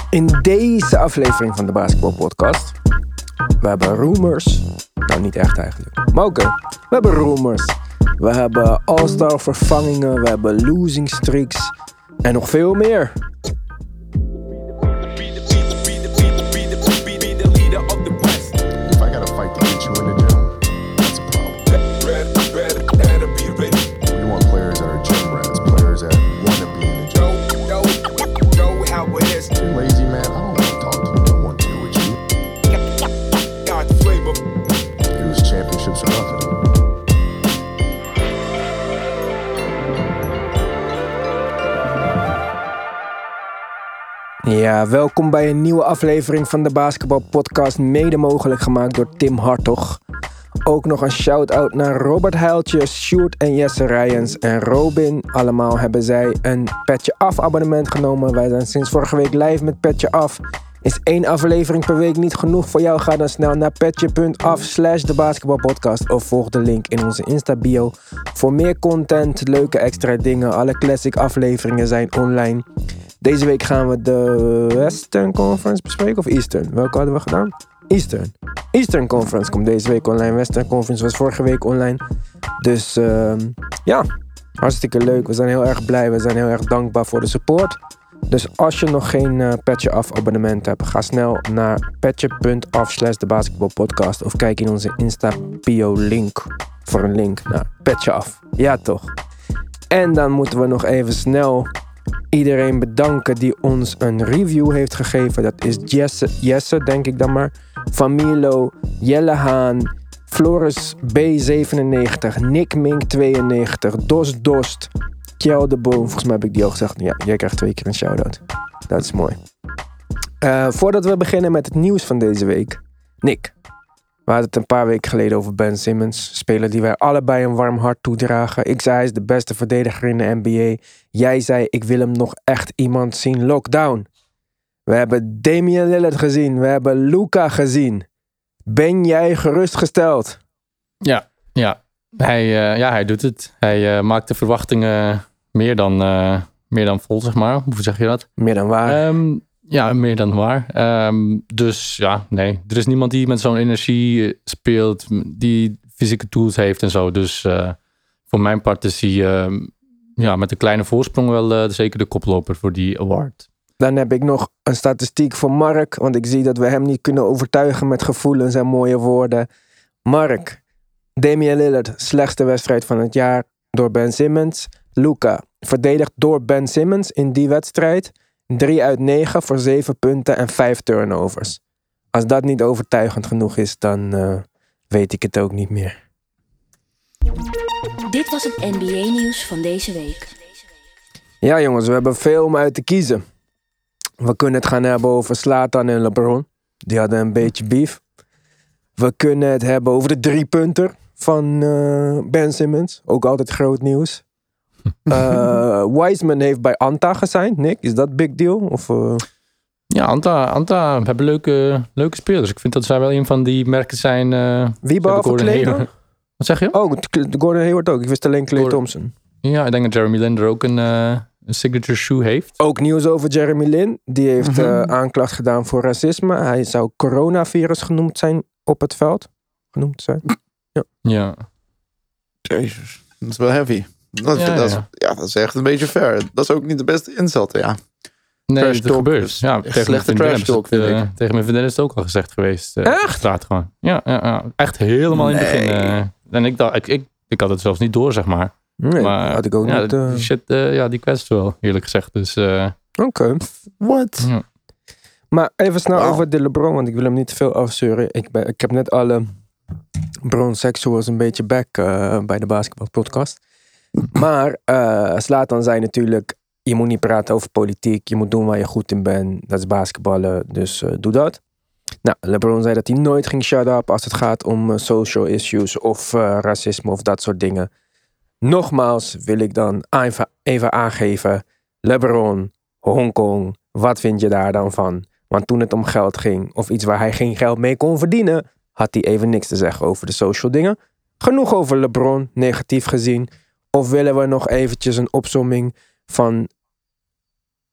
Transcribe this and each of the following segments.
In deze aflevering van de Basketball Podcast. We hebben rumors. Nou, niet echt eigenlijk. Maar oké. We hebben rumors. We hebben all-star vervangingen. We hebben losing streaks. En nog veel meer. Ja, welkom bij een nieuwe aflevering van de Basketball Podcast, mede mogelijk gemaakt door Tim Hartog. Ook nog een shout-out naar Robert Heiltjes, Sjoerd en Jesse Rijens en Robin. Allemaal hebben zij een Petje Af abonnement genomen. Wij zijn sinds vorige week live met Petje Af. Is 1 aflevering per week niet genoeg voor jou? Ga dan snel naar petje.af/debasketbalpodcast of volg de link in onze Insta-bio. Voor meer content, leuke extra dingen, alle classic afleveringen zijn online. Deze week gaan we de Western Conference bespreken of Eastern? Welke hadden we gedaan? Eastern. Eastern Conference komt deze week online. Western Conference was vorige week online. Dus ja, hartstikke leuk. We zijn heel erg blij. We zijn heel erg dankbaar voor de support. Dus als je nog geen Petje Af abonnement hebt, ga snel naar petje.af/debasketbalpodcast of kijk in onze Insta-bio link voor een link naar Petje Af. Ja toch. En dan moeten we nog even snel iedereen bedanken die ons een review heeft gegeven. Dat is Jesse denk ik dan maar. Familo, Jelle Haan, Floris B97, Nick Mink 92, Dos Dost, Kjell de Boom. Volgens mij heb ik die al gezegd. Ja, jij krijgt 2 keer een shout-out. Dat is mooi. Voordat we beginnen met het nieuws van deze week. Nick, we hadden het een paar weken geleden over Ben Simmons. Speler die wij allebei een warm hart toedragen. Ik zei hij is de beste verdediger in de NBA. Jij zei ik wil hem nog echt iemand zien lockdown. We hebben Damian Lillard gezien. We hebben Luka gezien. Ben jij gerustgesteld? Ja. Hij doet het. Hij maakt de verwachtingen meer dan vol, zeg maar. Hoe zeg je dat? Meer dan waar. Ja, meer dan waar. Dus ja, nee. Er is niemand die met zo'n energie speelt, die fysieke tools heeft en zo. Dus voor mijn part is hij met een kleine voorsprong wel zeker de koploper voor die award. Dan heb ik nog een statistiek voor Mark, want ik zie dat we hem niet kunnen overtuigen met gevoelens en mooie woorden. Mark, Damian Lillard, slechtste wedstrijd van het jaar door Ben Simmons. Luka, verdedigd door Ben Simmons in die wedstrijd. 3 uit 9 voor 7 punten en 5 turnovers. Als dat niet overtuigend genoeg is, dan weet ik het ook niet meer. Dit was het NBA-nieuws van deze week. Ja jongens, we hebben veel om uit te kiezen. We kunnen het gaan hebben over Zlatan en LeBron. Die hadden een beetje beef. We kunnen het hebben over de 3-punter van Ben Simmons. Ook altijd groot nieuws. Wiseman heeft bij Anta gesigned. Nick, is dat big deal? Of, Ja, Anta hebben leuke spelers. Ik vind dat zij wel een van die merken zijn. Wie behalve Klay dan? Wat zeg je? Oh, Gordon Hayward ook. Ik wist alleen Klay Thompson. Ja, ik denk dat Jeremy Lin er ook een signature shoe heeft. Ook nieuws over Jeremy Lin. Die heeft aanklacht gedaan voor racisme. Hij zou coronavirus genoemd zijn op het veld. Ja. Jezus, dat is wel heavy. Dat is echt een beetje fair. Dat is ook niet de beste insult, ja. Nee, trash dat gebeurt. Ja, tegen slechte trash talk, vind ik. Tegen mijn vriendin is het ook al gezegd geweest. Echt? Straat gewoon. Ja. Echt helemaal in het begin. En ik dacht, ik had het zelfs niet door, zeg maar. Nee, maar had ik ook niet. Die shit, die kwetst wel, eerlijk gezegd. Dus, Oké. What? Ja. Maar even snel over de LeBron, want ik wil hem niet te veel afzeuren. Ik heb net alle bronsexuals een beetje back bij de basketbalpodcast. Maar Zlatan zei natuurlijk, je moet niet praten over politiek. Je moet doen waar je goed in bent. Dat is basketballen, dus doe dat. Nou, LeBron zei dat hij nooit ging shut up als het gaat om social issues of racisme of dat soort dingen. Nogmaals wil ik dan even aangeven, LeBron, Hongkong, wat vind je daar dan van? Want toen het om geld ging, of iets waar hij geen geld mee kon verdienen, had hij even niks te zeggen over de social dingen. Genoeg over LeBron, negatief gezien. Of willen we nog eventjes een opsomming van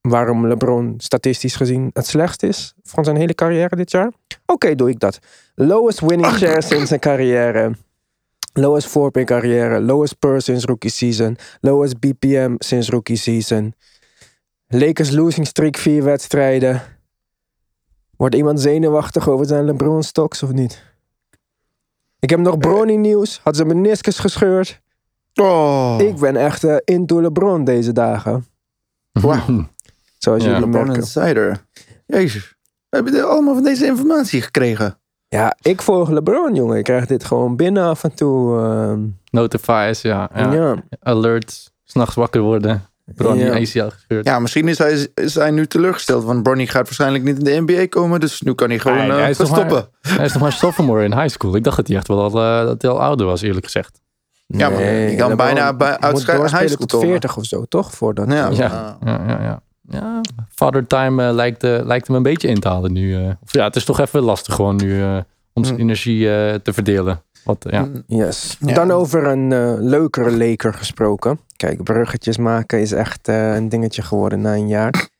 waarom LeBron statistisch gezien het slechtst is van zijn hele carrière dit jaar? Oké, doe ik dat. Lowest winning share sinds zijn carrière. Lowest VORP in carrière. Lowest PER sinds rookie season. Lowest BPM sinds rookie season. Lakers losing streak 4 wedstrijden. Wordt iemand zenuwachtig over zijn LeBron stocks of niet? Ik heb nog Bronny nieuws. Had zijn meniscus gescheurd. Oh. Ik ben echt into LeBron deze dagen. Wauw. Zoals jullie LeBron merken. Insider. Jezus. We hebben allemaal van deze informatie gekregen. Ja, ik volg LeBron, jongen. Ik krijg dit gewoon binnen af en toe. Notifiers, ja. Alerts. 's Nachts wakker worden. Bronny Ja. ACL gescheurd. Ja, misschien is hij nu teleurgesteld. Want Bronny gaat waarschijnlijk niet in de NBA komen. Dus nu kan hij gewoon Nee, hij is gaan nog maar- stoppen. Hij is nog maar sophomore in high school. Ik dacht dat hij echt wel al, dat hij al ouder was, eerlijk gezegd. Ja, maar je kan LeBron bijna uit moet high doorspelen school tot komen. 40 of zo, toch? Voordat, Ja, Father Time lijkt hem een beetje in te halen nu. Het is toch even lastig gewoon nu om zijn energie te verdelen. Yes. Ja. Dan over een leukere Laker gesproken. Kijk, bruggetjes maken is echt een dingetje geworden na een jaar.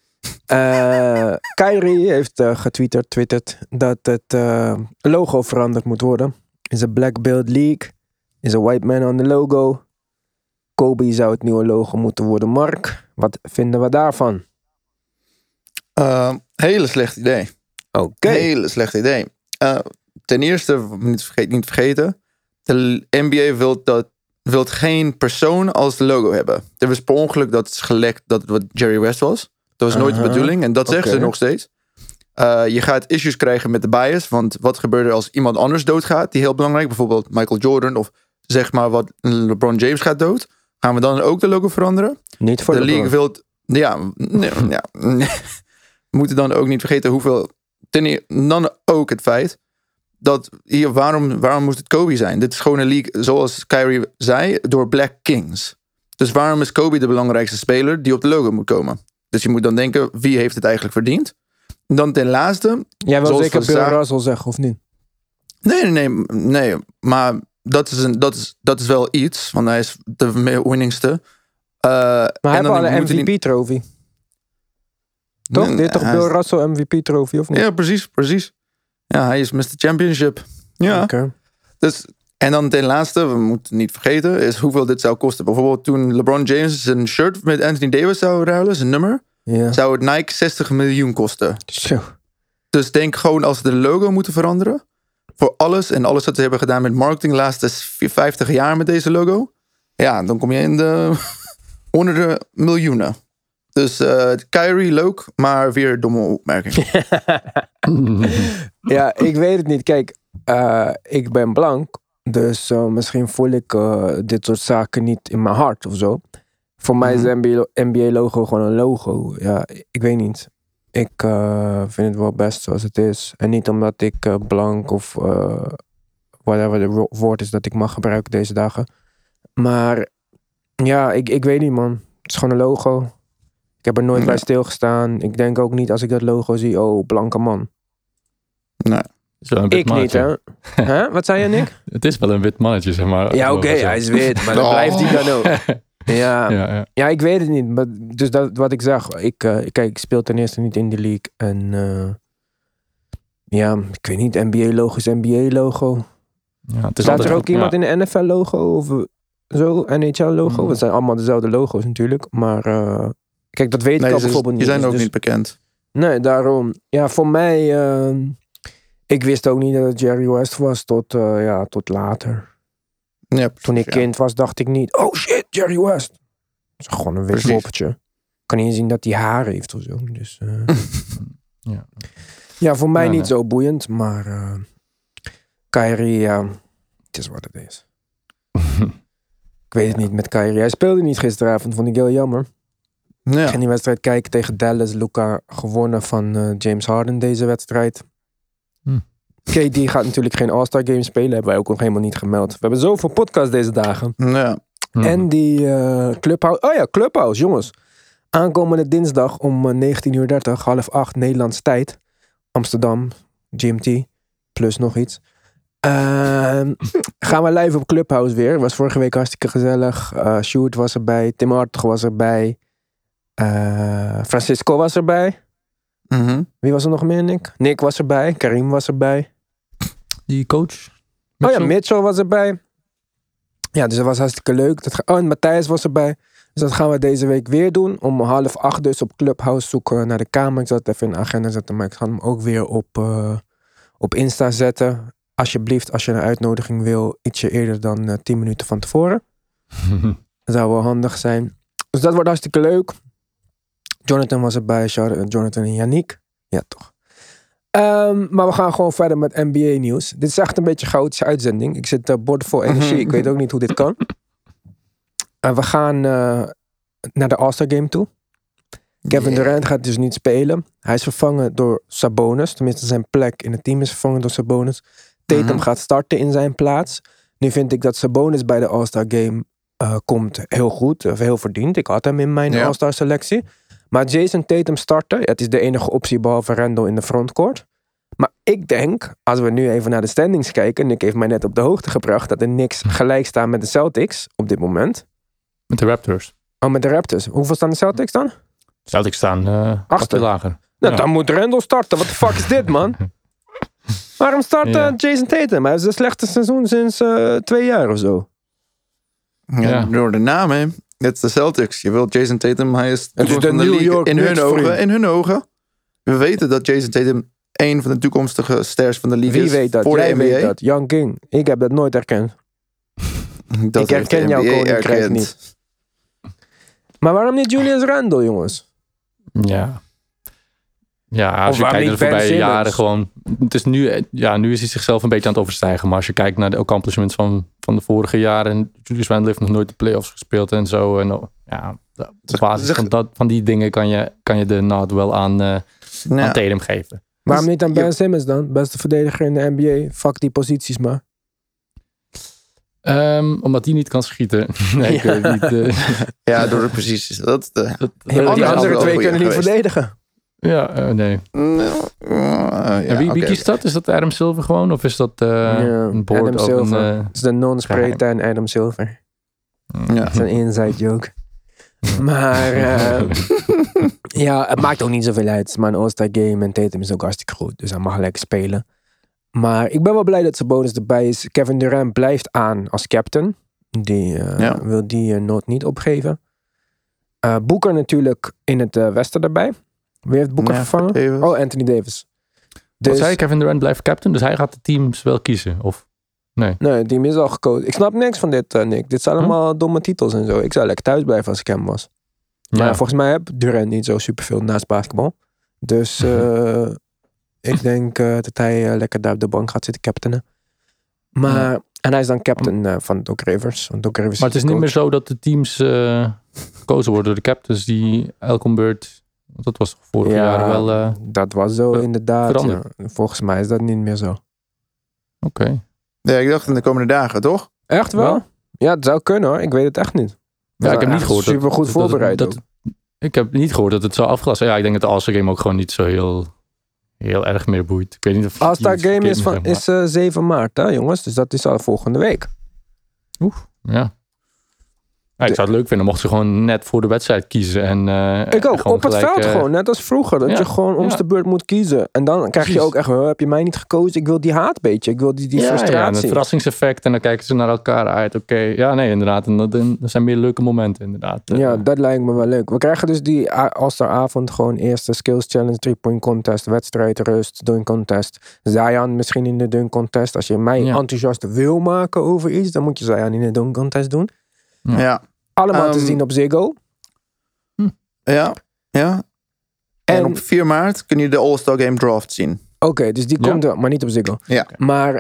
Kyrie heeft getwitterd dat het logo veranderd moet worden. Is een Black Belt League. Is een white man on the logo. Kobe zou het nieuwe logo moeten worden. Mark, wat vinden we daarvan? Hele slecht idee. Oké. Hele slecht idee. Ten eerste, niet vergeten. De NBA wil geen persoon als de logo hebben. Er was per ongeluk dat het is gelekt dat het wat Jerry West was. Dat was nooit de bedoeling. En dat zeggen ze nog steeds. Je gaat issues krijgen met de bias. Want wat gebeurt er als iemand anders doodgaat? Die heel belangrijk. Bijvoorbeeld Michael Jordan. Of zeg maar wat LeBron James gaat dood. Gaan we dan ook de logo veranderen? Niet voor de LeBron. league wil... Nee. We moeten dan ook niet vergeten hoeveel... Dan ook het feit dat hier, waarom moest het Kobe zijn? Dit is gewoon een league, zoals Kyrie zei, door Black Kings. Dus waarom is Kobe de belangrijkste speler die op de logo moet komen? Dus je moet dan denken, wie heeft het eigenlijk verdiend? En dan ten laatste... Jij wil zoals zeker we Bill zagen- Russell zeggen, of niet? Nee. Maar dat is wel iets, want hij is de winningste. Maar hij heeft al een moeten MVP-trofee. Toch? Nee, Dit is toch hij Bill is- Russell MVP-trofee, of niet? Ja, precies. Ja, hij is Mr. Championship. Ja. Oké. Dus, en dan ten laatste, we moeten niet vergeten, is hoeveel dit zou kosten. Bijvoorbeeld toen LeBron James zijn shirt met Anthony Davis zou ruilen, zijn nummer, Ja. zou het Nike 60 miljoen kosten. Zo. Dus denk gewoon als ze de logo moeten veranderen, voor alles en alles wat ze hebben gedaan met marketing de laatste 50 jaar met deze logo, ja, dan kom je in de honderden miljoenen. Dus Kyrie leuk, maar weer een domme opmerking. Ja, ik weet het niet. Kijk, ik ben blank. Dus misschien voel ik dit soort zaken niet in mijn hart of zo. Voor mij is de NBA-logo gewoon een logo. Ja, ik weet niet. Ik vind het wel best zoals het is. En niet omdat ik blank of whatever de woord is dat ik mag gebruiken deze dagen. Maar ja, ik weet niet, man. Het is gewoon een logo. Ik heb er nooit bij stilgestaan. Ik denk ook niet als ik dat logo zie, oh, blanke man. Nee. Is wel een wit Ik niet, mannetje. hè? Huh? Wat zei je, Nick? Het is wel een wit mannetje, zeg maar. Ja, oké, hij is wit, maar dan Oh. blijft hij dan ook. Ja. Ja. Ja, ik weet het niet. Maar dus dat wat ik zag. Kijk, ik speel ten eerste niet in de league. En ja, ik weet niet. NBA-logo is NBA-logo. Ja, het is Staat altijd- er ook iemand ja. in de NFL-logo? Of zo? NHL-logo? Het zijn allemaal dezelfde logo's natuurlijk. Maar kijk, dat weet ik al bijvoorbeeld niet. Die zijn ook Dus- niet bekend. Nee, daarom. Ja, voor mij... ik wist ook niet dat het Jerry West was tot later. Ja, Toen ik ja. kind was, dacht ik niet... Oh shit, Jerry West. Het is gewoon een wit Precies. poppetje. Ik kan niet eens zien dat hij haar heeft of zo. Dus, Ja. ja, voor mij Ja, niet nee. zo boeiend. Maar Kyrie, ja, het is wat het is. Ik weet het niet met Kyrie. Hij speelde niet gisteravond, vond ik heel jammer. Ik Ja. ging die wedstrijd kijken tegen Dallas. Luka gewonnen van James Harden deze wedstrijd. KD gaat natuurlijk geen All-Star Game spelen. Hebben wij ook nog helemaal niet gemeld. We hebben zoveel podcasts deze dagen. Ja. En die Clubhouse. Oh ja, Clubhouse, jongens. Aankomende dinsdag om 19:30, 7:30 Nederlandse tijd. Amsterdam, GMT, plus nog iets. Gaan we live op Clubhouse weer. Was vorige week hartstikke gezellig. Sjoerd was erbij. Tim Hartog was erbij. Francisco was erbij. Mhm. Wie was er nog meer, Nick? Nick was erbij. Karim was erbij. Die coach? Oh ja, Mitchell was erbij. Ja, dus dat was hartstikke leuk. En Matthijs was erbij. Dus dat gaan we deze week weer doen. Om 7:30 dus op Clubhouse zoeken naar de kamer. Ik zal het even in de agenda zetten. Maar ik ga hem ook weer op Insta zetten. Alsjeblieft, als je een uitnodiging wil. Ietsje eerder dan 10 minuten van tevoren. Dat zou wel handig zijn. Dus dat wordt hartstikke leuk. Jonathan was erbij. Jonathan en Yannick. Ja, toch. Maar we gaan gewoon verder met NBA nieuws. Dit is echt een beetje een chaotische uitzending. Ik zit boordevol energie. Ik weet ook niet hoe dit kan. We gaan naar de All-Star Game toe. Kevin Durant gaat dus niet spelen. Hij is vervangen door Sabonis. Tenminste, zijn plek in het team is vervangen door Sabonis. Tatum gaat starten in zijn plaats. Nu vind ik dat Sabonis bij de All-Star Game komt heel goed. Heel verdiend. Ik had hem in mijn All-Star selectie. Maar Jason Tatum starten, het is de enige optie behalve Randle in de frontcourt. Maar ik denk, als we nu even naar de standings kijken, Nick heeft mij net op de hoogte gebracht dat de Knicks gelijk staan met de Celtics op dit moment. Met de Raptors. Oh, met de Raptors. Hoeveel staan de Celtics dan? Celtics staan achter lager. Nou, dan moet Randle starten. Wat de fuck is dit, man? Waarom start Jason Tatum? Hij heeft zijn slechtste seizoen sinds 2 jaar of zo. Ja, door de naam, hè. Het is de Celtics. Je wilt Jason Tatum, hij is de New York in hun ogen. We weten dat Jason Tatum een van de toekomstige sters van de league is. Wie weet dat? Voor Jij de NBA. weet dat. Young King. Ik heb dat nooit erkend. Ik herken jouw koninkrijk niet. Maar waarom niet Julius Randle, jongens? Ja. Ja, als je kijkt naar de voorbije jaren gewoon. Het is nu is hij zichzelf een beetje aan het overstijgen. Maar als je kijkt naar de accomplishments van de vorige jaren. Julius Randle heeft nog nooit de playoffs gespeeld en zo. En op basis van die dingen kan je de nod wel aan Tatum geven. Waarom niet aan Ben Simmons dan? Beste verdediger in de NBA. Fuck die posities maar. Omdat hij niet kan schieten. Nee, ik weet niet. Ja, door de posities. Die andere 2 kunnen niet verdedigen. Ja, nee. En wie kiest dat? Is dat Adam Silver gewoon? Of is dat een board? Adam Silver. Het is de non-spray en Adam Silver. Dat is een inside joke. Maar het maakt ook niet zoveel uit. Het is maar een All-Star Game en Tatum is ook hartstikke goed. Dus hij mag lekker spelen. Maar ik ben wel blij dat Sabonis erbij is. Kevin Durant blijft aan als captain. Die wil die nood niet opgeven. Booker natuurlijk in het westen erbij. Wie heeft Booker vervangen? Davis. Oh, Anthony Davis. Dus zei Kevin Durant blijft captain, dus hij gaat de teams wel kiezen? Of nee? Nee, het team is al gekozen. Ik snap niks van dit, Nick. Dit zijn allemaal domme titels en zo. Ik zou lekker thuis blijven als ik hem was. Ja. Maar volgens mij heb Durant niet zo superveel naast basketbal. Dus ik denk dat hij lekker daar op de bank gaat zitten captainen. Maar, en hij is dan captain van Doc Rivers. Want Doc Rivers maar het is niet meer zo dat de teams gekozen worden door de captains die elke beurt... Dat was vorig jaar wel... dat was zo inderdaad. Ja. Volgens mij is dat niet meer zo. Oké. Ja, ik dacht in de komende dagen, toch? Echt wel? Ja, het zou kunnen hoor. Ik weet het echt niet. Ja, ik heb niet gehoord. Super goed voorbereid. Ik heb niet gehoord dat het zo afgelast is. Ja, ik denk dat de All-Star Game ook gewoon niet zo heel erg meer boeit. Ik weet niet of All-Star Game is 7 maart, hè jongens. Dus dat is al volgende week. Ja. Ja, ik zou het leuk vinden mochten ze gewoon net voor de wedstrijd kiezen. Ik ook, op het veld gewoon, net als vroeger. Dat je gewoon om de beurt moet kiezen. En dan krijg je ook echt, heb je mij niet gekozen? Ik wil die haat beetje, ik wil die frustratie. Ja, het verrassingseffect en dan kijken ze naar elkaar uit. Oké, ja nee, inderdaad. En dat zijn meer leuke momenten, inderdaad. Ja, dat lijkt me wel leuk. We krijgen dus die All-Star avond gewoon eerste skills challenge, 3-point contest, wedstrijd, rust, dunk contest. Zion misschien in de dunk contest. Als je mij enthousiast wil maken over iets, dan moet je Zion in de dunk contest doen. Ja. Allemaal te zien op Ziggo. Ja. En op 4 maart kun je de All-Star Game Draft zien. Oké, dus die komt er, maar niet op Ziggo. Ja. Maar,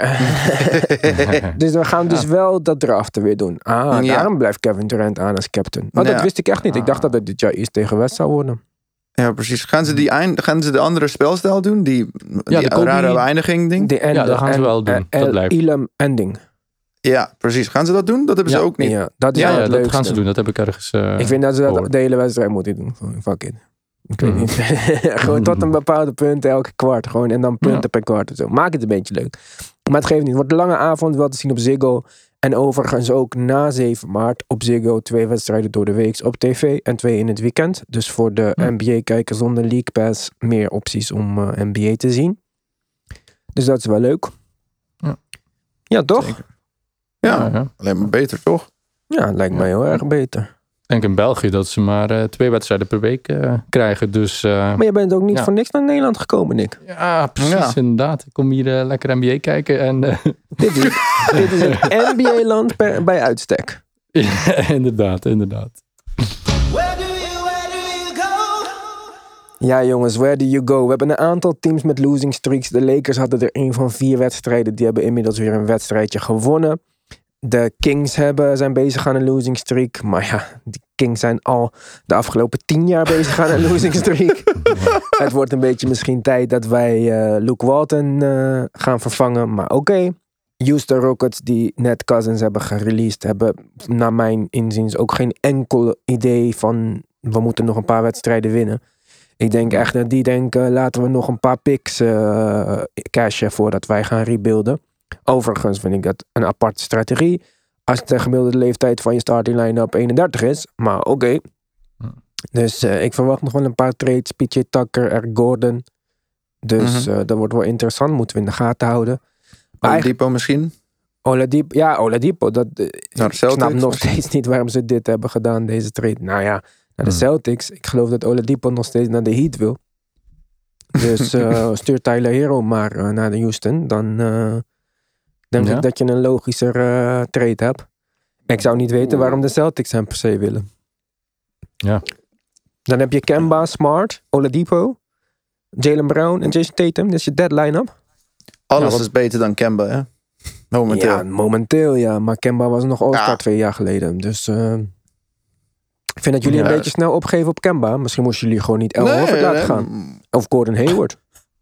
dus we gaan dus wel dat draften weer doen. Daarom blijft Kevin Durant aan als captain. Dat wist ik echt niet. Ik dacht dat het dit jaar East tegen West zou worden. Ja, precies. Gaan ze de andere spelstijl doen? Die rare eindiging ding? Dat gaan ze wel doen. Dat lijkt. Elam ending. Ja, precies. Gaan ze dat doen? Dat hebben ze ook niet. Ja, dat gaan ze doen. Dat heb ik ergens ik vind dat ze dat de hele wedstrijd moeten doen. Fuck it. Ik weet niet. Gewoon tot een bepaalde punt elke kwart. Gewoon, en dan punten per kwart. Zo. Maak het een beetje leuk. Maar het geeft niet. Het wordt een lange avond. Wel te zien op Ziggo. En overigens ook na 7 maart op Ziggo 2 wedstrijden door de week op tv en 2 in het weekend. Dus voor de NBA-kijker zonder League Pass meer opties om NBA te zien. Dus dat is wel leuk. Ja, toch? Zeker. Ja, alleen maar beter, toch? Ja, het lijkt mij heel erg beter. Ik denk in België dat ze maar 2 wedstrijden per week krijgen. Dus, Maar je bent ook niet voor niks naar Nederland gekomen, Nick. Ja, precies, inderdaad. Ik kom hier lekker NBA kijken. En, Dit is een NBA-land bij uitstek. Ja, inderdaad. Ja jongens, where do you go? We hebben een aantal teams met losing streaks. De Lakers hadden er 1 van 4 wedstrijden. Die hebben inmiddels weer een wedstrijdje gewonnen. De Kings zijn bezig aan een losing streak. Maar ja, die Kings zijn al de afgelopen 10 jaar bezig aan een losing streak. Het wordt een beetje misschien tijd dat wij Luke Walton gaan vervangen. Maar oké. Houston Rockets die net Cousins hebben gereleased, hebben naar mijn inziens ook geen enkel idee van we moeten nog een paar wedstrijden winnen. Ik denk echt dat die denken laten we nog een paar picks cashen voordat wij gaan rebuilden. Overigens vind ik dat een aparte strategie. Als de gemiddelde leeftijd van je starting line-up 31 is. Maar oké. Dus ik verwacht nog wel een paar trades. PJ Tucker, Eric Gordon. Dus dat wordt wel interessant. Moeten we in de gaten houden. Oladipo misschien? Oladipo. Ik snap nog steeds niet waarom ze dit hebben gedaan, deze trade. Nou ja, naar de Celtics. Ik geloof dat Oladipo nog steeds naar de Heat wil. Dus stuur Tyler Hero maar naar de Houston. Dan denk ik dat je een logischer trade hebt. Ik zou niet weten waarom de Celtics hem per se willen. Ja. Dan heb je Kemba, Smart, Oladipo, Jaylen Brown en Jason Tatum. Dat is je dead line-up. Alles is beter dan Kemba, hè? Momenteel. Ja, momenteel ja. Maar Kemba was nog All-Star 2 jaar geleden. Dus ik vind dat jullie een beetje snel opgeven op Kemba. Misschien moesten jullie gewoon niet El Horford laten gaan. Of Gordon Hayward.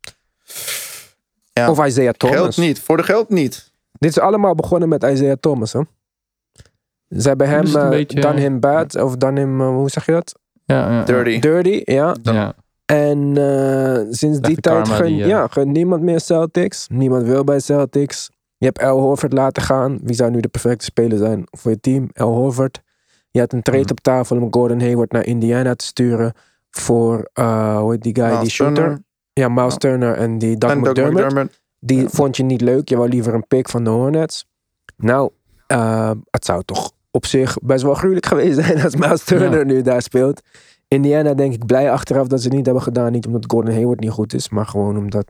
Ja. Of Isaiah Thomas. Geld niet. Voor de geld niet. Dit is allemaal begonnen met Isaiah Thomas, hè? Ze hebben hem done him bad. Of done him, hoe zeg je dat? Ja. Dirty, ja. En sinds die tijd gunt niemand meer Celtics. Niemand wil bij Celtics. Je hebt El Horford laten gaan. Wie zou nu de perfecte speler zijn voor je team? El Horford. Je had een trade op tafel om Gordon Hayward naar Indiana te sturen. Voor, hoe heet die guy, Miles die shooter? Turner. Ja, Miles Turner en die Doug McDermott. Die vond je niet leuk. Je wou liever een pick van de Hornets. Nou, het zou toch op zich best wel gruwelijk geweest zijn als Miles Turner nu daar speelt. Indiana denk ik blij achteraf dat ze het niet hebben gedaan. Niet omdat Gordon Hayward niet goed is, maar gewoon omdat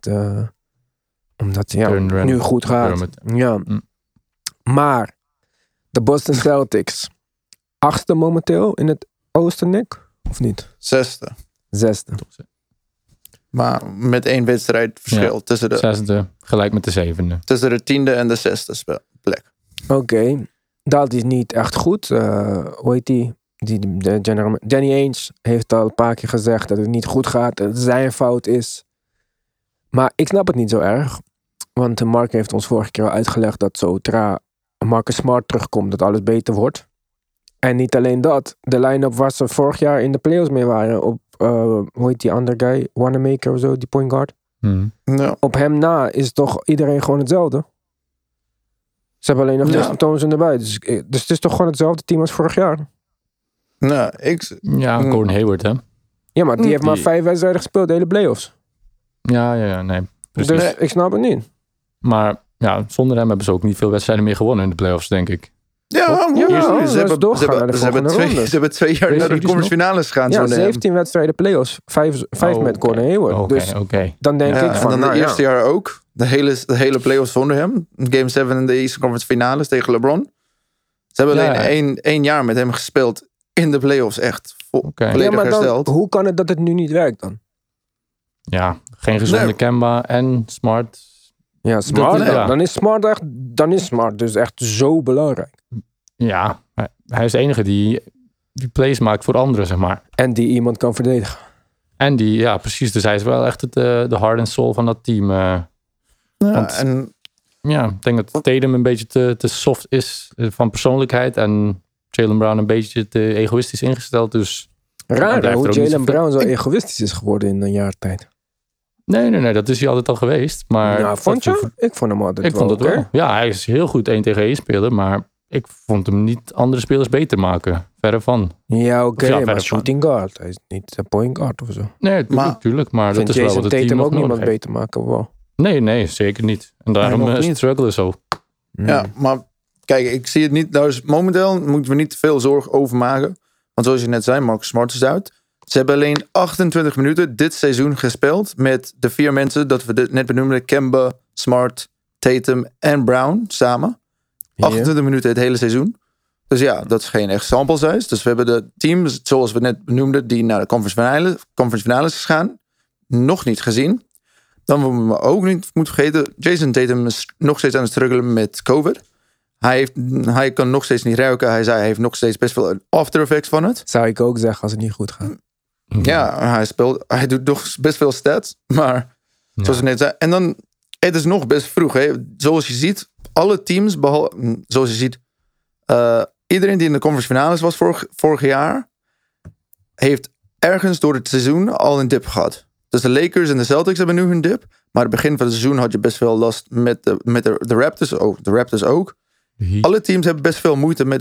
het nu goed gaat. Ja. Maar de Boston Celtics 8e momenteel in het oosten, Nick? Of niet? 6e. Maar met 1 wedstrijd verschil tussen de 6e, gelijk met de 7e. Tussen de 10e en de 6e plek. Oké. Dat is niet echt goed. Hoe heet die? Danny Ainge heeft al een paar keer gezegd dat het niet goed gaat. Dat het zijn fout is. Maar ik snap het niet zo erg. Want Mark heeft ons vorige keer al uitgelegd dat zodra Marcus Smart terugkomt, dat alles beter wordt. En niet alleen dat. De line-up waar ze vorig jaar in de playoffs mee waren. Op, hoe heet die andere guy? Wanamaker of zo, die point guard. No. Op hem na is toch iedereen gewoon hetzelfde. Ze hebben alleen nog Tristan Thompson erbij. Dus het is toch gewoon hetzelfde team als vorig jaar. Nou, Gordon Hayward, hè? Ja, maar die heeft maar 5 wedstrijden gespeeld, de hele playoffs. Ja, nee. Dus ik snap het niet. Maar ja, zonder hem hebben ze ook niet veel wedstrijden meer gewonnen in de playoffs, denk ik. Ze hebben 2 jaar naar de conference finales gegaan. Ja, 17 wedstrijden playoffs. 5 met Gordon Hayward. Dus dan denk ik van... En dan eerste jaar ook. De hele playoffs zonder hem. Game 7 in de Eastern Conference finales tegen LeBron. Ze hebben alleen 1 jaar met hem gespeeld in de playoffs. Echt volledig hersteld. Hoe kan het dat het nu niet werkt dan? Ja, geen gezonde Kemba en Smart. Ja, Smart. Dan is Smart dus echt zo belangrijk. Ja, hij is de enige die plays maakt voor anderen, zeg maar. En die iemand kan verdedigen. En die, precies. Dus hij is wel echt de heart and soul van dat team. Ik denk dat Tatum een beetje te soft is van persoonlijkheid. En Jaylen Brown een beetje te egoïstisch ingesteld. Dus raar hoe Jaylen Brown zo egoïstisch is geworden in een jaar tijd. Nee, dat is hij altijd al geweest. Maar vond je? Ik vond hem altijd wel. Ja, hij is heel goed 1-tegen-1 speler, maar ik vond hem niet andere spelers beter maken. Verre van. Ja, oké, verre maar van. shooting guard. Hij is niet point guard of zo. Nee, tuurlijk. Maar dat is wel wat het team Tatum nog ook nodig niemand heeft. beter maken, wow. Nee, zeker niet. En daarom nog niet. struggelen zo. Ja, maar kijk, ik zie het niet. Dus momenteel moeten we niet te veel zorgen over maken. Want zoals je net zei, Marcus Smart is uit. Ze hebben alleen 28 minuten dit seizoen gespeeld met de 4 mensen dat we net benoemden. Kemba, Smart, Tatum en Brown samen. 28 minuten het hele seizoen. Dus ja, dat is geen echt sample size. Dus we hebben de teams, zoals we net benoemden, die naar de conference finales is gegaan, nog niet gezien. Dan we ook niet moeten vergeten, Jason Tatum is nog steeds aan het struggelen met COVID. Hij kan nog steeds niet ruiken. Hij zei hij heeft nog steeds best wel een after effects van het. Zou ik ook zeggen als het niet goed gaat. Ja, hij doet nog best veel stats. Maar zoals ik net zei. En dan, het is nog best vroeg. Hè. Zoals je ziet, alle teams, zoals je ziet, iedereen die in de conference finales was vorig jaar, heeft ergens door het seizoen al een dip gehad. Dus de Lakers en de Celtics hebben nu hun dip. Maar aan het begin van het seizoen had je best veel last met de Raptors. De Raptors ook. Alle teams hebben best veel moeite met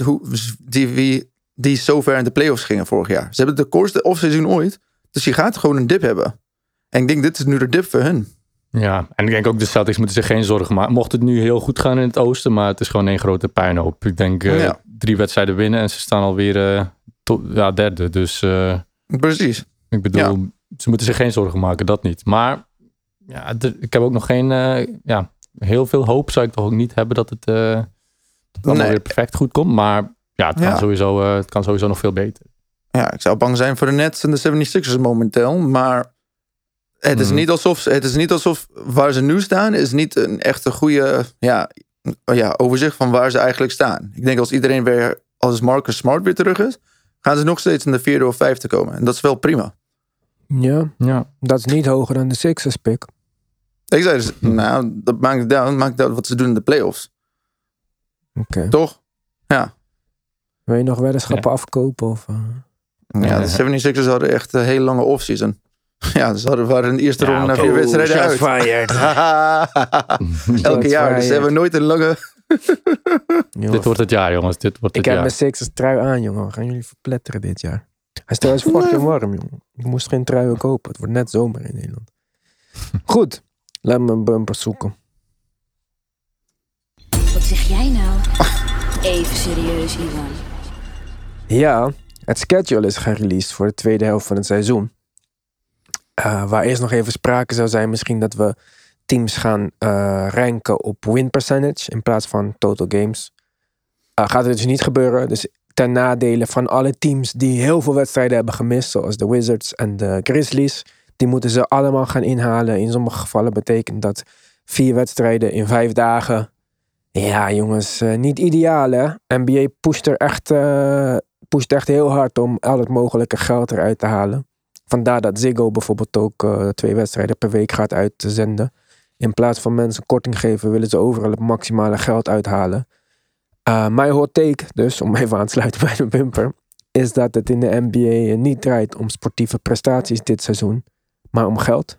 die zo ver in de playoffs gingen vorig jaar. Ze hebben de kortste offseizoen ooit. Dus je gaat gewoon een dip hebben. En ik denk, dit is nu de dip voor hun. Ja, en ik denk ook de Celtics moeten zich geen zorgen maken. Mocht het nu heel goed gaan in het oosten, maar het is gewoon één grote puinhoop. Ik denk 3 wedstrijden winnen en ze staan alweer derde. Dus precies. Ik bedoel, ze moeten zich geen zorgen maken, dat niet. Maar ja, ik heb ook nog geen heel veel hoop zou ik toch ook niet hebben dat het allemaal weer perfect goed komt. Maar ja, het kan sowieso nog veel beter. Ja, ik zou bang zijn voor de Nets en de 76ers momenteel. Maar het is niet alsof waar ze nu staan is niet een echte goede overzicht van waar ze eigenlijk staan. Ik denk als Marcus Smart weer terug is, gaan ze nog steeds in de 4e of 5e komen. En dat is wel prima. Ja, dat is niet hoger dan de Sixers pick. Ik zei dus, dat maakt uit wat ze doen in de playoffs. Okay. Toch? Ja. Wil je nog weddenschappen afkopen? Of, Ja, de 76ers hadden echt een hele lange offseason. Ja, ze waren in de eerste ronde naar 4 wedstrijden uit. Elke jaar, dus ze hebben nooit een lange... Dit wordt het jaar, jongens. Ik heb mijn Sixers trui aan, jongen. We gaan jullie verpletteren dit jaar. Hij is trouwens fucking warm, jongen. Ik moest geen truien kopen. Het wordt net zomer in Nederland. Goed, laat me een bumper zoeken. Wat zeg jij nou? Even serieus, Ivan. Ja, het schedule is gereleased voor de tweede helft van het seizoen. Waar eerst nog even sprake zou zijn misschien dat we teams gaan ranken op win percentage in plaats van total games. Gaat het dus niet gebeuren. Dus ten nadele van alle teams die heel veel wedstrijden hebben gemist, zoals de Wizards en de Grizzlies, die moeten ze allemaal gaan inhalen. In sommige gevallen betekent dat 4 wedstrijden in 5 dagen. Ja, jongens, niet ideaal, hè? NBA pusht echt heel hard om al het mogelijke geld eruit te halen. Vandaar dat Ziggo bijvoorbeeld ook 2 wedstrijden per week gaat uitzenden. In plaats van mensen korting geven, willen ze overal het maximale geld uithalen. Mijn hot take, dus om even aan te sluiten bij de bumper, is dat het in de NBA niet draait om sportieve prestaties dit seizoen, maar om geld.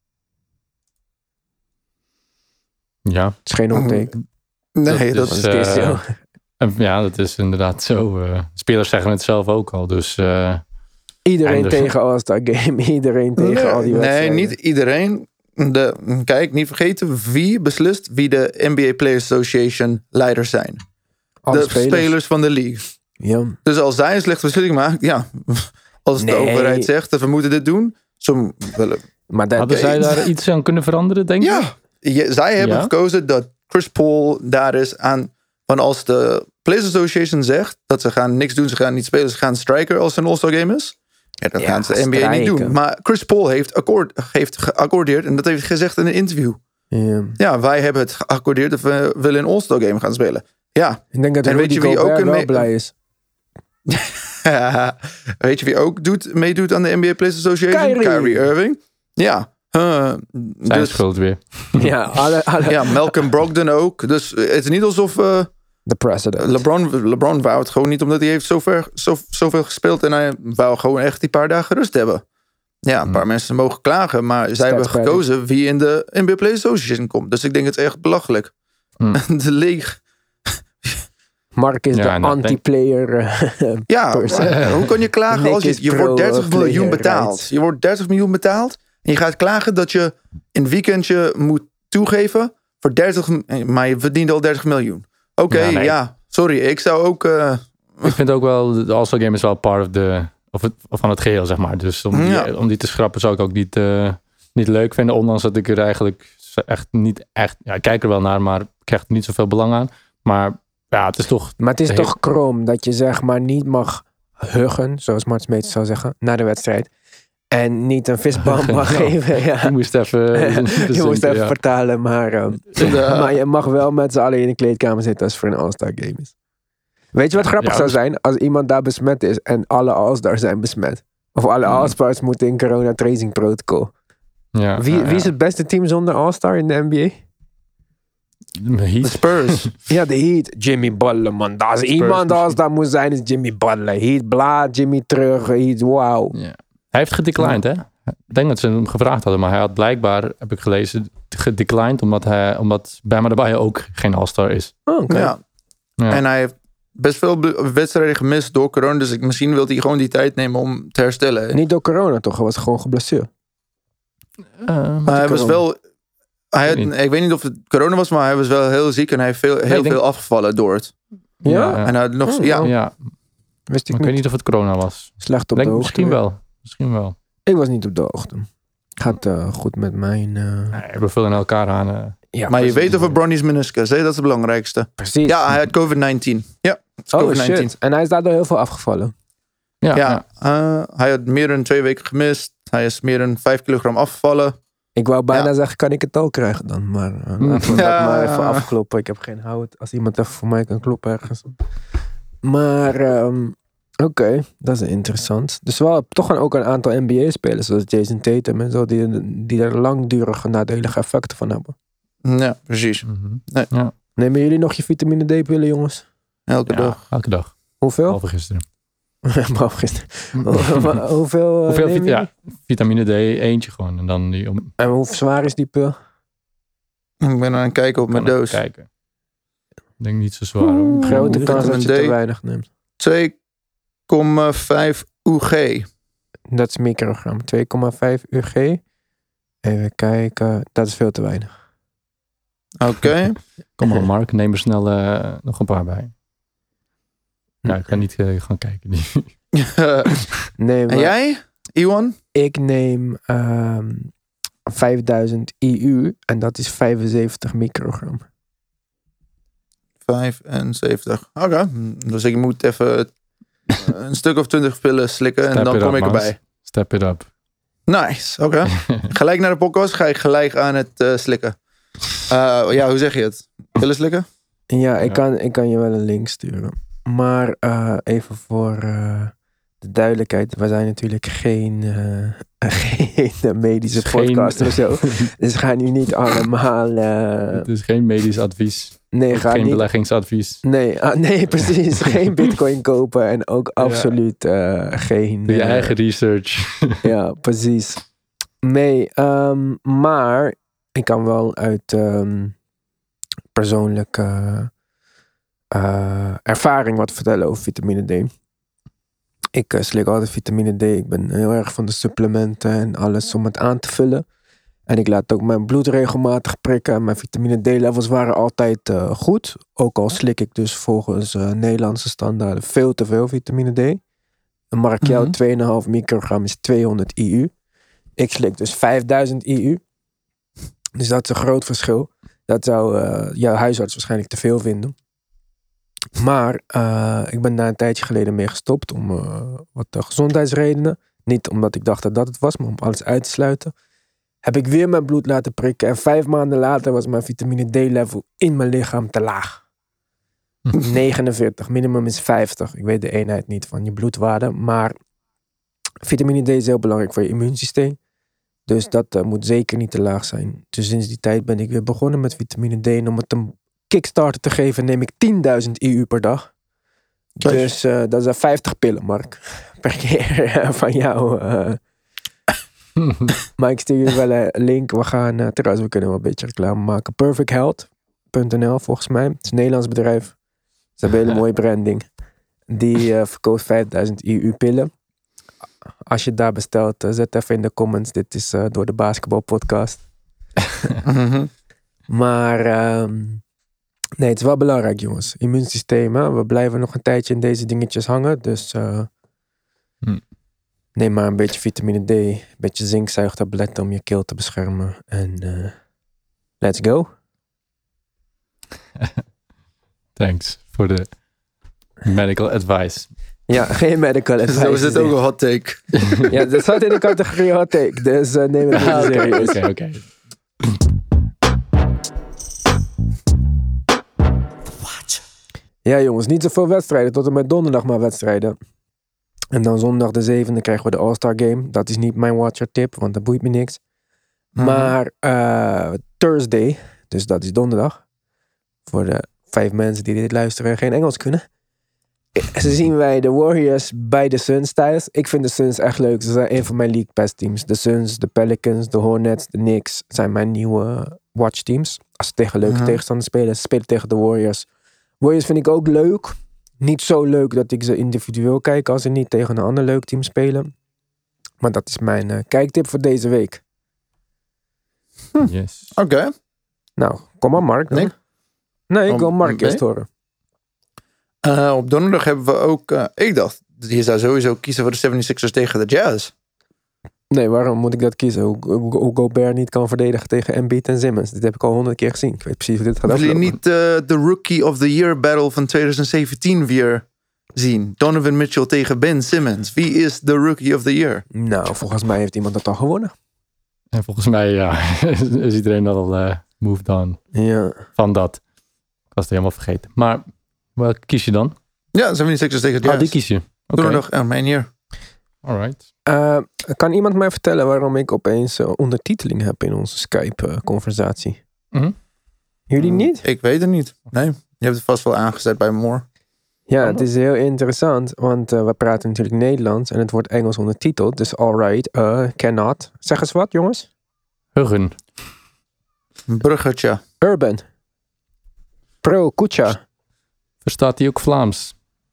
Ja. Het is geen hot take. Nee, dat is zo. Ja, dat is inderdaad zo. Spelers zeggen het zelf ook al, dus... Iedereen tegen All-Star Game, iedereen tegen al die wedstrijden. Nee, niet iedereen. Kijk, niet vergeten wie beslist wie de NBA Players Association leiders zijn. Alle de spelers van de league. Ja. Dus als zij een slechte beslissing maakt, ja, als de overheid zegt dat we moeten dit doen, maar hadden zij daar iets aan kunnen veranderen, denk je? Ja, zij hebben gekozen dat Chris Paul daar is aan, van als de Players Association zegt dat ze gaan niks doen, ze gaan niet spelen, ze gaan striker als het een All-Star Game is. Ja, dat gaan ze de NBA niet doen. Maar Chris Paul heeft geaccordeerd en dat heeft gezegd in een interview. Ja, wij hebben het geaccordeerd dat we willen een All-Star Game gaan spelen. Ja. Ik denk dat Rudy Gobert wel blij is. Weet je wie ook meedoet aan de NBA Players Association? Kyrie Irving. Ja. Zijn schuld weer. Ja, Malcolm Brogdon ook. Dus het is niet alsof... de president. LeBron wou het gewoon niet, omdat hij heeft zoveel gespeeld en hij wou gewoon echt die paar dagen rust hebben. Ja, een paar mensen mogen klagen, maar zij hebben gekozen wie in de NBA Players Association komt. Dus ik denk het echt belachelijk. De league. Mark is de Ja, nou, anti-player. Ja, person. maar hoe kan je klagen Nick als is je wordt 30 pro-player miljoen betaald? rights. Je wordt 30 miljoen betaald en je gaat klagen dat je een weekendje moet toegeven voor 30, maar je verdient al 30 miljoen. Oké, Ja, nee. sorry, ik zou ook... Ik vind ook wel, de All-Star Game is wel part van het geheel, zeg maar. Dus om die te schrappen zou ik ook niet leuk vinden. Ondanks dat ik er eigenlijk echt niet echt... Ja, ik kijk er wel naar, maar ik krijg er niet zoveel belang aan. Maar ja, het is toch... Maar het is toch krom dat je zeg maar niet mag huggen, zoals Mart Smeets zou zeggen, na de wedstrijd. En niet een visband mag geven. Ja. Je moest even... Je moest even vertalen, maar maar je mag wel met z'n allen in de kleedkamer zitten als het voor een All-Star Game is. Weet je wat grappig zou zijn? Als iemand daar besmet is en alle All-Stars zijn besmet. Of alle All-Stars moeten in corona tracing protocol. Ja, Wie is het beste team zonder All-Star in de NBA? De Spurs. Ja, de Heat. Jimmy Butler, man. Als iemand All-Star moet zijn, is Jimmy Butler. Heat bla, Jimmy terug, Heat wow. Ja. Hij heeft gedeclined, hè? Ik denk dat ze hem gevraagd hadden, maar hij had blijkbaar, heb ik gelezen, gedeclined omdat Bam Adebayo ook geen All-Star is. Oh, oké. Ja. En hij heeft best veel wedstrijden gemist door corona, dus misschien wil hij gewoon die tijd nemen om te herstellen. Niet door corona toch? Hij was gewoon geblesseerd. Maar hij was wel... ik weet niet of het corona was, maar hij was wel heel ziek en hij heeft heel veel afgevallen door het. Ja? En hij had nog... Ja. Wist ik Ik niet. weet niet of het corona was. Slecht op de hoogte. Misschien wel. Ik was niet op de hoogte. Gaat goed met mijn... Nee, we vullen elkaar aan. Ja, Maar je precies. weet over Bronny's meniscus, hè? Dat is het belangrijkste. Precies. Ja, hij had COVID-19. Ja, Oh COVID-19. shit. En hij is daardoor heel veel afgevallen. Hij had meer dan 2 weken gemist. Hij is meer dan 5 kilogram afgevallen. Ik wou bijna zeggen, kan ik het ook krijgen dan? Maar laten we dat maar even afkloppen. Ik heb geen hout. Als iemand even voor mij kan kloppen ergens. Maar oké, dat is interessant. Dus wel toch ook een aantal NBA-spelers, zoals Jason Tatum en zo, die er langdurige nadelige effecten van hebben. Ja, precies. Nemen jullie nog je vitamine D-pillen, jongens? Elke dag. Elke dag. Hoeveel? Behalve gisteren. Behalve gisteren. Hoeveel nemen jullie? Vitamine D, eentje gewoon. En dan die En hoe zwaar is die pil? Ik ben aan het kijken op mijn doos. Kijken. Ik denk niet zo zwaar. Hoor. Grote kans dat je vitamine te D. weinig neemt. 2,5 UG. Dat is microgram. 2,5 UG. Even kijken. Dat is veel te weinig. Oké. Kom maar, Mark. Neem er snel nog een paar bij. Ja, ik ga niet gaan kijken. Nee, maar En jij, Iwan? ik neem 5000 IU en dat is 75 microgram. 75. Oké. Dus ik moet even een stuk of 20 pillen slikken en dan kom ik erbij. Step it up. Nice. Oké. Gelijk naar de podcast ga ik gelijk aan het slikken. Hoe zeg je het? Pillen slikken? Ja, ik kan je wel een link sturen. Maar even voor de duidelijkheid. We zijn natuurlijk geen medische podcast of zo. Dus ga nu niet allemaal... Het is geen medisch advies. Nee, ga geen niet... beleggingsadvies. Nee, precies. Geen bitcoin kopen en ook absoluut geen... Doe je eigen research. Ja, precies. Nee, maar ik kan wel uit persoonlijke ervaring wat vertellen over vitamine D. Ik slik altijd vitamine D. Ik ben heel erg van de supplementen en alles om het aan te vullen. En ik laat ook mijn bloed regelmatig prikken. Mijn vitamine D-levels waren altijd goed. Ook al slik ik dus volgens Nederlandse standaarden veel te veel vitamine D. Een Markel 2,5 microgram is 200 IU. Ik slik dus 5000 IU. Dus dat is een groot verschil. Dat zou jouw huisarts waarschijnlijk te veel vinden. Maar ik ben daar een tijdje geleden mee gestopt om wat gezondheidsredenen. Niet omdat ik dacht dat dat het was, maar om alles uit te sluiten. Heb ik weer mijn bloed laten prikken. En 5 maanden later was mijn vitamine D-level in mijn lichaam te laag. 49, minimum is 50. Ik weet de eenheid niet van je bloedwaarde. Maar vitamine D is heel belangrijk voor je immuunsysteem. Dus dat moet zeker niet te laag zijn. Dus sinds die tijd ben ik weer begonnen met vitamine D. En om het een kickstarter te geven neem ik 10.000 IU per dag. Dus dat zijn 50 pillen, Mark. Per keer van jou. Maar ik stuur je wel een link. We gaan, trouwens we kunnen wel een beetje reclame maken. Perfecthealth.nl volgens mij. Het is een Nederlands bedrijf. hebben een hele mooie branding. Die verkoopt 5000 IU-pillen. Als je daar bestelt, zet even in de comments. Dit is door de basketbalpodcast. Maar nee, het is wel belangrijk, jongens. Immuunsysteem, hè? We blijven nog een tijdje in deze dingetjes hangen. Dus neem maar een beetje vitamine D. Een beetje zinkzuigtabletten om je keel te beschermen. En let's go. Thanks voor de medical advice. Ja, geen medical advice. Zo is het ook een hot take. Ja, dat staat in de categorie hot take. Dus neem het niet serieus. Oké. Ja, jongens, niet zoveel wedstrijden. Tot en met donderdag maar wedstrijden. En dan zondag de 7e krijgen we de All-Star Game. Dat is niet mijn watcher tip, want dat boeit me niks. Maar Thursday, dus dat is donderdag. Voor de 5 mensen die dit luisteren en geen Engels kunnen. Zien wij de Warriors bij de Suns thuis. Ik vind de Suns echt leuk. Ze zijn een van mijn League Pass teams. De Suns, de Pelicans, de Hornets, de Knicks zijn mijn nieuwe watch teams. Als ze tegen leuke tegenstanders spelen. Ze spelen tegen de Warriors. Warriors vind ik ook leuk. Niet zo leuk dat ik ze individueel kijk als ze niet tegen een ander leuk team spelen. Maar dat is mijn kijktip voor deze week. Yes. Oké. Nou, kom maar Mark. Dan. Nee, ik wil Mark eerst horen. Op donderdag hebben we ook... ik dacht, je zou sowieso kiezen voor de 76ers tegen de Jazz. Nee, waarom moet ik dat kiezen? Hoe Gobert niet kan verdedigen tegen Embiid en Simmons. Dit heb ik al 100 keer gezien. Ik weet precies hoe dit gaat aflopen. Wil je niet de Rookie of the Year battle van 2017 weer zien? Donovan Mitchell tegen Ben Simmons. Wie is de Rookie of the Year? Nou, volgens mij heeft iemand dat al gewonnen. En volgens mij is iedereen al moved on van dat. Ik was het helemaal vergeten. Maar welke kies je dan? Ja, 76ers tegen de Jazz. Die kies je. Oké. Donderdag, mijn hier. Alright. Kan iemand mij vertellen waarom ik opeens ondertiteling heb in onze Skype-conversatie? Jullie niet? Ik weet het niet. Nee, je hebt het vast wel aangezet bij Moore. Ja, het is heel interessant, want we praten natuurlijk Nederlands en het wordt Engels ondertiteld. Dus alright, cannot. Zeg eens wat, jongens. Huggen. Bruggetje. Urban. Pro, Kucha. Verstaat hij ook Vlaams?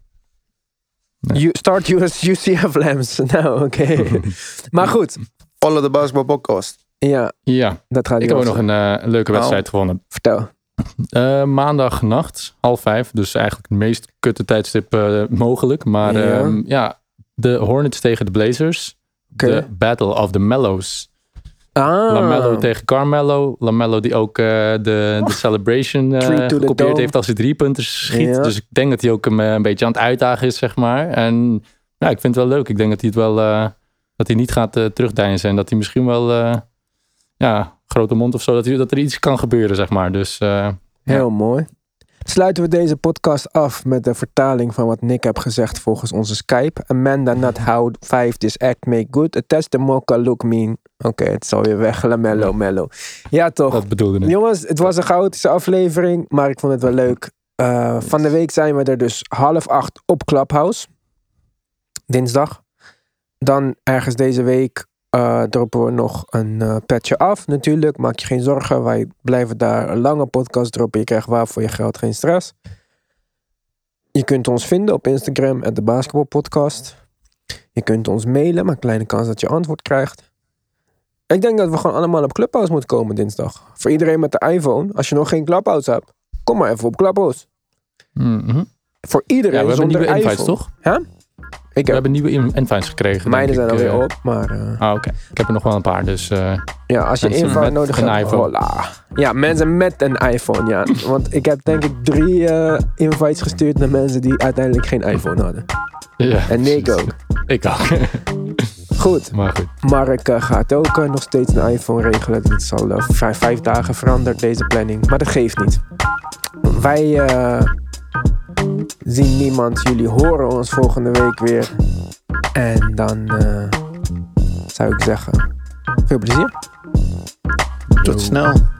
Nee. Start UCF Lambs. Nou, oké. Maar goed. Follow de basketbalpodcast. Ja, dat gaat ik heb ook nog een leuke wedstrijd gewonnen. Vertel. Maandagnacht, 4:30. Dus eigenlijk het meest kutte tijdstip mogelijk. Maar de Hornets tegen de Blazers. De Battle of the Mellows. LaMelo tegen Carmelo. LaMelo die ook de celebration gekopieerd heeft als hij 3-punters schiet. Ja. Dus ik denk dat hij ook een beetje aan het uitdagen is, zeg maar. En ja, ik vind het wel leuk. Ik denk dat hij het wel dat hij niet gaat terugdeinzen. En dat hij misschien wel grote mond of zo. Dat er iets kan gebeuren, zeg maar. Dus heel mooi. Sluiten we deze podcast af met de vertaling van wat Nick heb gezegd volgens onze Skype. Amanda not how 5 this act make good. A test the mocha look mean. Oké, het is alweer weg. Mellow. Ja, toch. Dat bedoelde ik. Jongens, het was een chaotische aflevering, maar ik vond het wel leuk. Van de week zijn we er dus 7:30 op Clubhouse. Dinsdag. Dan ergens deze week droppen we nog een patchje af natuurlijk. Maak je geen zorgen. Wij blijven daar een lange podcast droppen. Je krijgt waar voor je geld, geen stress. Je kunt ons vinden op Instagram @debasketbalpodcast. Je kunt ons mailen, maar een kleine kans dat je antwoord krijgt. Ik denk dat we gewoon allemaal op Clubhouse moeten komen dinsdag. Voor iedereen met de iPhone. Als je nog geen Clubhouse hebt, kom maar even op Clubhouse. Mm-hmm. Voor iedereen we hebben zonder nieuwe iPhone. invites, toch? Huh? We hebben nieuwe invites gekregen. Mijne zijn alweer op, maar... Oké. Ik heb er nog wel een paar, dus... ja, als je invite nodig hebt... Voilà. Ja, mensen met een iPhone, ja. Want ik heb denk ik 3 invites gestuurd naar mensen die uiteindelijk geen iPhone hadden. Ja, en Nick ook. Ik ook. Goed. Maar goed. Mark gaat ook nog steeds een iPhone regelen. Het is al 5 dagen veranderd, deze planning. Maar dat geeft niet. Wij zien niemand. Jullie horen ons volgende week weer. En dan zou ik zeggen... Veel plezier. Tot snel.